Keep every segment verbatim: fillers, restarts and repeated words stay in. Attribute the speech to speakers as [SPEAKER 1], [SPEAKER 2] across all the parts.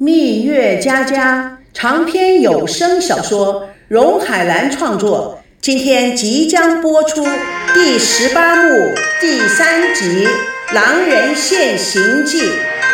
[SPEAKER 1] 蜜月佳佳长篇有声小说，荣海兰创作，今天即将播出第十八幕第三集《狼人现形记》。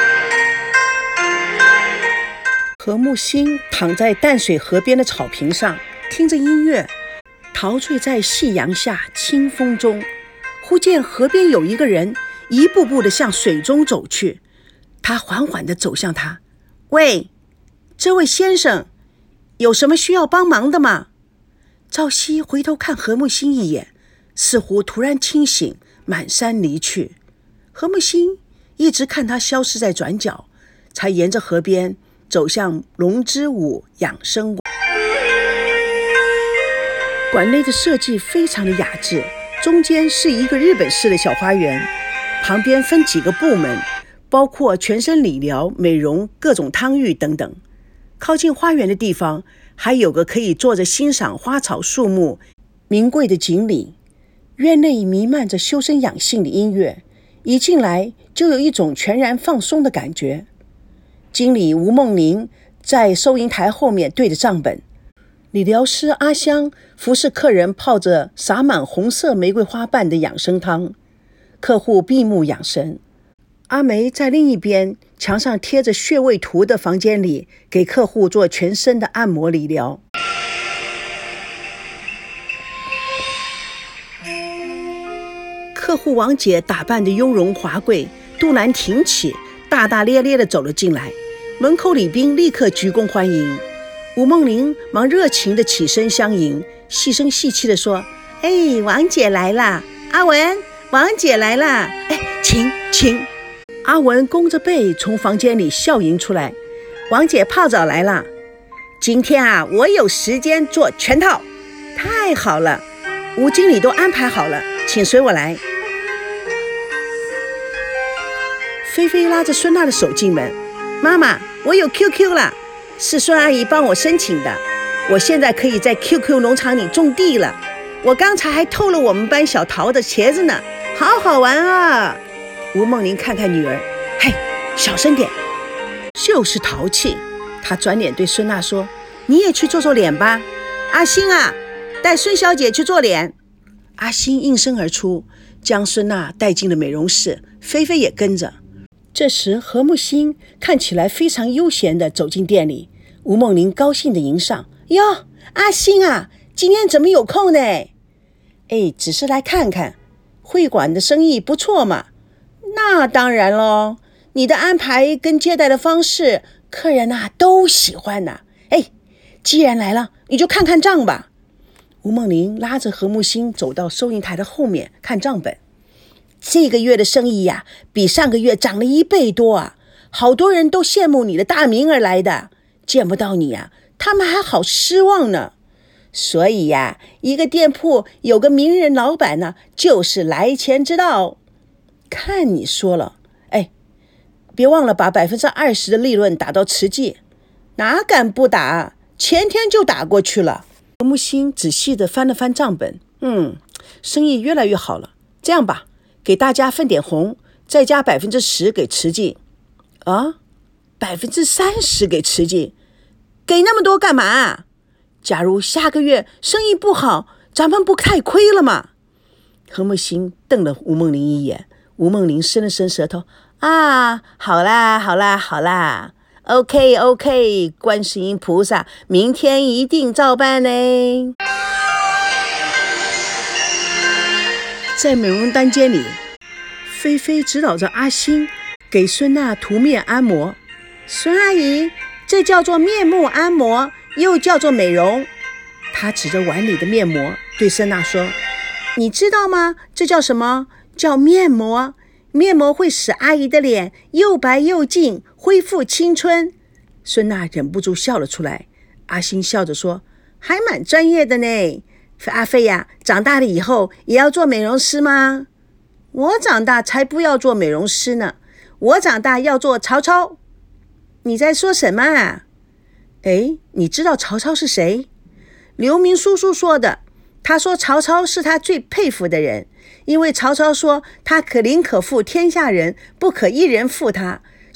[SPEAKER 1] 何木星躺在淡水河边的草坪上，听着音乐，陶醉在夕阳下清风中。忽见河边有一个人一步步地向水中走去，他缓缓地走向他。喂，这位先生，有什么需要帮忙的吗？赵熙回头看何木星一眼，似乎突然清醒，满山离去。何木星一直看他消失在转角，才沿着河边走向龙之舞养生馆。馆内的设计非常的雅致，中间是一个日本式的小花园，旁边分几个部门，包括全身理疗、美容、各种汤浴等等。靠近花园的地方还有个可以坐着欣赏花草树木名贵的井里，院内弥漫着修身养性的音乐，一进来就有一种全然放松的感觉。经理吴梦玲在收银台后面对着账本，理疗师阿香服侍客人泡着洒满红色玫瑰花瓣的养生汤，客户闭目养神。阿梅在另一边墙上贴着穴位图的房间里，给客户做全身的按摩理疗。客户王姐打扮得雍容华贵，肚腩挺起，大大咧咧地走了进来，门口礼宾立刻鞠躬欢迎。吴梦玲忙热情地起身相迎，细声细气地说：哎，王姐来啦，阿文，王姐来啦，哎，请请。阿文弓着背从房间里笑迎出来，王姐泡澡来了，今天啊，我有时间做全套。太好了，吴经理都安排好了，请随我来。菲菲拉着孙娜的手进门，妈妈，我有 Q Q 了，是孙阿姨帮我申请的，我现在可以在 Q Q 农场里种地了，我刚才还偷了我们班小桃的茄子呢，好好玩啊。吴梦玲看看女儿，嘿，小声点，就是淘气。她转脸对孙娜说，你也去做做脸吧，阿星啊，带孙小姐去做脸。阿星应声而出，将孙娜带进了美容室，菲菲也跟着。这时何木星看起来非常悠闲地走进店里，吴梦玲高兴地迎上，哟，阿星啊，今天怎么有空呢？哎，只是来看看，会馆的生意不错嘛。那当然咯，你的安排跟接待的方式，客人啊都喜欢呐、啊。哎，既然来了，你就看看账吧。吴梦玲拉着何木星走到收银台的后面看账本。这个月的生意呀、啊，比上个月涨了一倍多啊！好多人都羡慕你的大名而来的，见不到你啊，他们还好失望呢。所以呀、啊，一个店铺有个名人老板呢，就是来钱之道。看你说了，哎，别忘了把百分之二十的利润打到慈济。哪敢不打？前天就打过去了。何木星仔细地翻了翻账本，嗯，生意越来越好了。这样吧，给大家分点红，再加百分之十给慈济。啊，百分之三十给慈济，给那么多干嘛？假如下个月生意不好，咱们不太亏了吗？何木星瞪了吴梦玲一眼。吴梦玲伸了伸舌头，啊，好啦好啦好啦 OK OK， 观世音菩萨明天一定照办呢。在美容单间里，菲菲指导着阿星给孙娜涂面按摩。孙阿姨，这叫做面目按摩，又叫做美容。她指着碗里的面膜对孙娜说，你知道吗？这叫什么？叫面膜，面膜会使阿姨的脸又白又净，恢复青春。孙娜忍不住笑了出来。阿星笑着说，还蛮专业的呢。阿飞呀、啊，长大了以后也要做美容师吗？我长大才不要做美容师呢，我长大要做曹操。你在说什么啊？哎，你知道曹操是谁？刘明叔叔说的，他说曹操是他最佩服的人，因为曹操说他可领可负天下人，不可一人负他，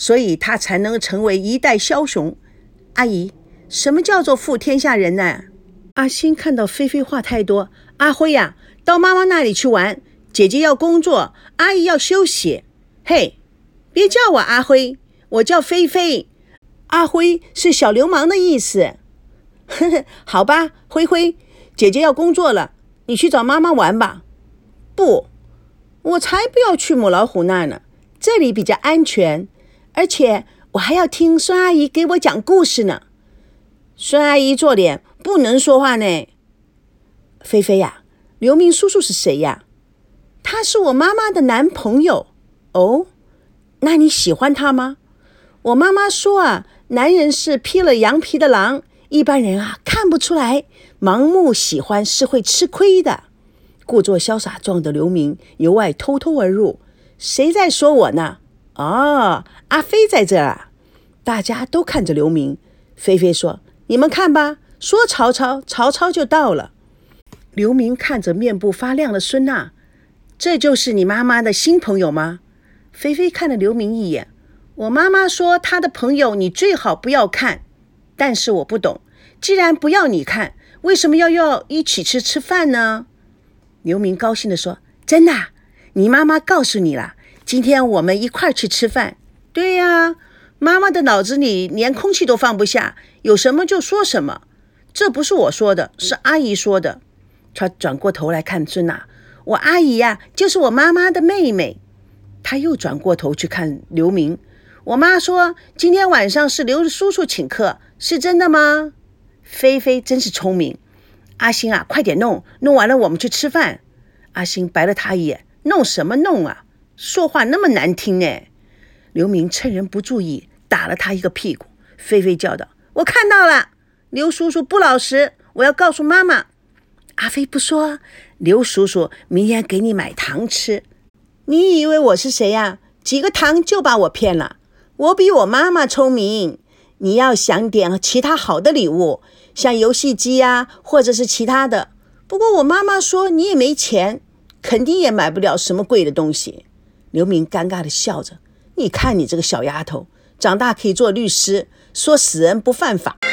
[SPEAKER 1] 所以他才能成为一代枭雄。阿姨，什么叫做负天下人呢？阿星看到菲菲话太多，阿辉呀、啊，到妈妈那里去玩，姐姐要工作，阿姨要休息。嘿，别叫我阿辉，我叫菲菲。阿辉是小流氓的意思。呵呵，好吧，辉辉，姐姐要工作了，你去找妈妈玩吧。不，我才不要去母老虎那呢，这里比较安全，而且我还要听孙阿姨给我讲故事呢。孙阿姨做脸，不能说话呢。菲菲呀，刘明叔叔是谁呀？他是我妈妈的男朋友。哦，那你喜欢他吗？我妈妈说啊，男人是披了羊皮的狼，一般人啊看不出来，盲目喜欢是会吃亏的。故作潇洒状的刘明由外偷偷而入，谁在说我呢？哦，阿飞在这啊！大家都看着刘明。菲菲说：“你们看吧，说曹操，曹操就到了。”刘明看着面部发亮的孙娜，这就是你妈妈的新朋友吗？菲菲看了刘明一眼，我妈妈说她的朋友你最好不要看，但是我不懂，既然不要你看，为什么要要一起去吃饭呢？刘明高兴地说：“真的，你妈妈告诉你了，今天我们一块儿去吃饭。”对呀，妈妈的脑子里连空气都放不下，有什么就说什么。这不是我说的，是阿姨说的。他转过头来看孙娜，我阿姨呀、啊，就是我妈妈的妹妹。他又转过头去看刘明，我妈说今天晚上是刘叔叔请客，是真的吗？菲菲真是聪明。阿星啊，快点弄，弄完了我们去吃饭。阿星白了他一眼，弄什么弄啊？说话那么难听呢。刘明趁人不注意打了他一个屁股。菲菲叫道：“我看到了，刘叔叔不老实，我要告诉妈妈。”阿飞不说，刘叔叔明天给你买糖吃。你以为我是谁呀、啊？几个糖就把我骗了？我比我妈妈聪明。你要想点其他好的礼物，像游戏机啊，或者是其他的。不过我妈妈说你也没钱，肯定也买不了什么贵的东西。刘明尴尬地笑着，你看你这个小丫头，长大可以做律师，说死人不犯法。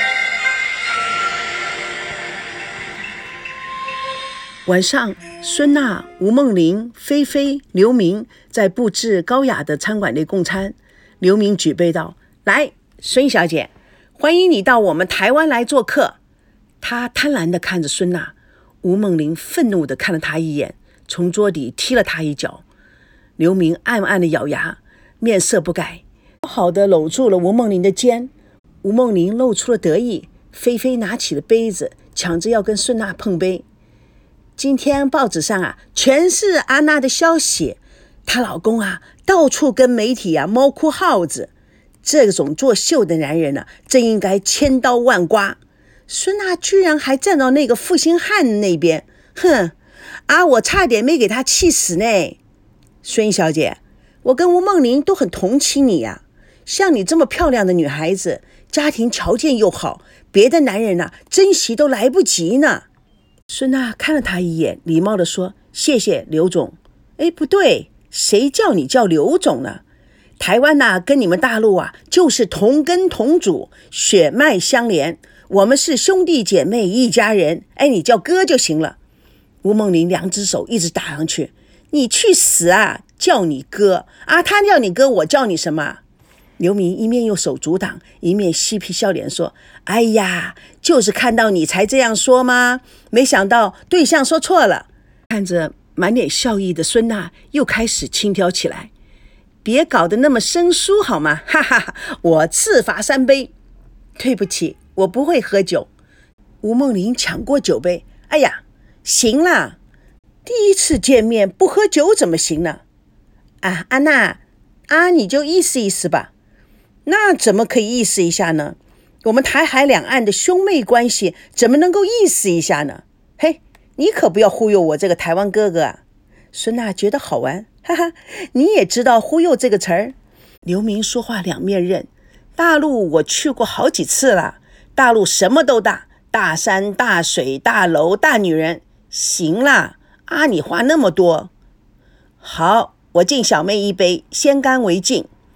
[SPEAKER 1] 晚上，孙娜、吴梦玲、菲菲、刘明在布置高雅的餐馆内共餐。刘明举杯道：“来，孙小姐，欢迎你到我们台湾来做客。”他贪婪地看着孙娜，吴梦玲愤怒地看了他一眼，从桌底踢了他一脚。刘明暗暗地咬牙，面色不改，好地搂住了吴梦玲的肩。吴梦玲露出了得意，菲菲拿起了杯子，抢着要跟孙娜碰杯。今天报纸上啊，全是安娜的消息，她老公啊，到处跟媒体啊猫哭耗子。这种作秀的男人呢、啊，真应该千刀万剐。孙娜居然还站到那个负心汉那边，哼！啊，我差点没给他气死呢。孙小姐，我跟吴梦玲都很同情你呀、啊。像你这么漂亮的女孩子，家庭条件又好，别的男人啊，珍惜都来不及呢。孙娜看了他一眼，礼貌地说：“谢谢刘总。”哎，不对，谁叫你叫刘总呢？台湾呐、啊，跟你们大陆啊，就是同根同祖，血脉相连，我们是兄弟姐妹一家人。哎，你叫哥就行了。吴梦玲两只手一直打上去，你去死啊！叫你哥啊，他叫你哥，我叫你什么？刘明一面用手阻挡，一面嬉皮笑脸说：“哎呀，就是看到你才这样说吗？没想到对象说错了。”看着满脸笑意的孙娜，又开始轻佻起来：“别搞得那么生疏好吗？哈哈哈！我自罚三杯。”“对不起，我不会喝酒。”吴梦玲抢过酒杯：“哎呀，行啦，第一次见面不喝酒怎么行呢？啊，安娜，啊，你就意思意思吧。”“那怎么可以意思一下呢？我们台海两岸的兄妹关系怎么能够意思一下呢？嘿，你可不要忽悠我这个台湾哥哥啊！”孙娜觉得好玩，哈哈，你也知道忽悠这个词儿。刘明说话两面刃，大陆我去过好几次了，大陆什么都大，大山大水大楼大女人。行啦，啊，你话那么多。好，我敬小妹一杯，先干为敬。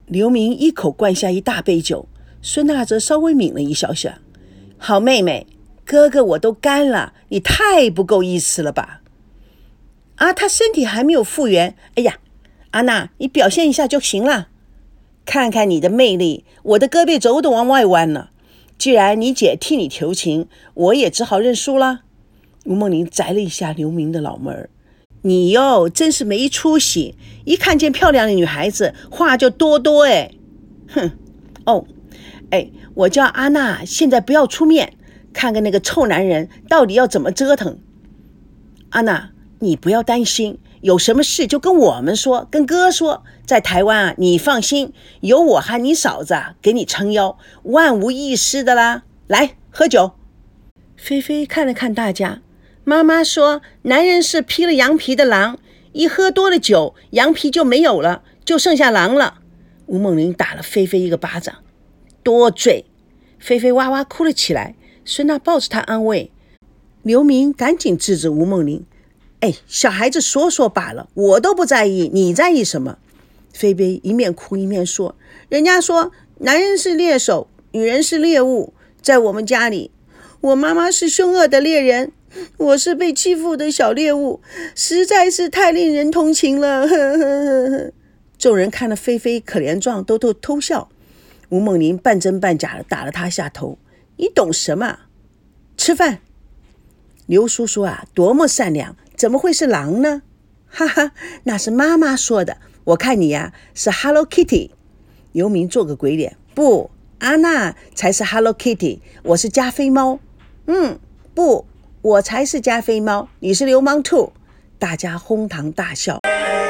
[SPEAKER 1] 刘明一口灌下一大杯酒，孙娜则稍微抿了一小下。好妹妹，哥哥我都干了，你太不够意思了吧？啊，他身体还没有复原。哎呀，安娜，你表现一下就行了。看看你的魅力，我的胳膊肘都往外弯了。既然你姐替你求情，我也只好认输了。吴梦玲摘了一下刘明的脑门。你哟，真是没出息，一看见漂亮的女孩子，话就多多哎。哼，哦，哎，我叫阿娜，现在不要出面，看看那个臭男人到底要怎么折腾。阿娜，你不要担心，有什么事就跟我们说，跟哥说。在台湾啊，你放心，有我和你嫂子啊给你撑腰，万无一失的啦。来，喝酒。菲菲看了看大家，妈妈说，男人是披了羊皮的狼，一喝多了酒，羊皮就没有了，就剩下狼了。吴梦玲打了菲菲一个巴掌，多嘴。菲菲哇哇哭了起来，孙娜抱着她安慰。刘明赶紧制止吴梦玲，哎，小孩子说说罢了，我都不在意，你在意什么？菲菲一面哭一面说，人家说男人是猎手，女人是猎物，在我们家里，我妈妈是凶恶的猎人，我是被欺负的小猎物，实在是太令人同情了。呵呵呵。众人看了菲菲可怜状都都偷笑。吴梦玲半真半假的打了他下头，你懂什么？吃饭。刘叔叔啊，多么善良，怎么会是狼呢？哈哈，那是妈妈说的，我看你呀、啊、是 Hello Kitty。 刘明做个鬼脸，不，安娜才是 Hello Kitty， 我是加菲猫。嗯，不，我才是加菲猫，你是流氓兔。大家哄堂大笑。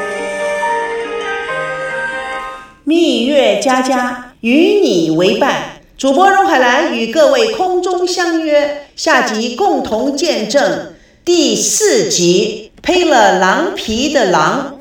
[SPEAKER 1] 蜜月佳佳与你为伴，主播荣海兰与各位空中相约，下集共同见证第四集披了狼皮的狼。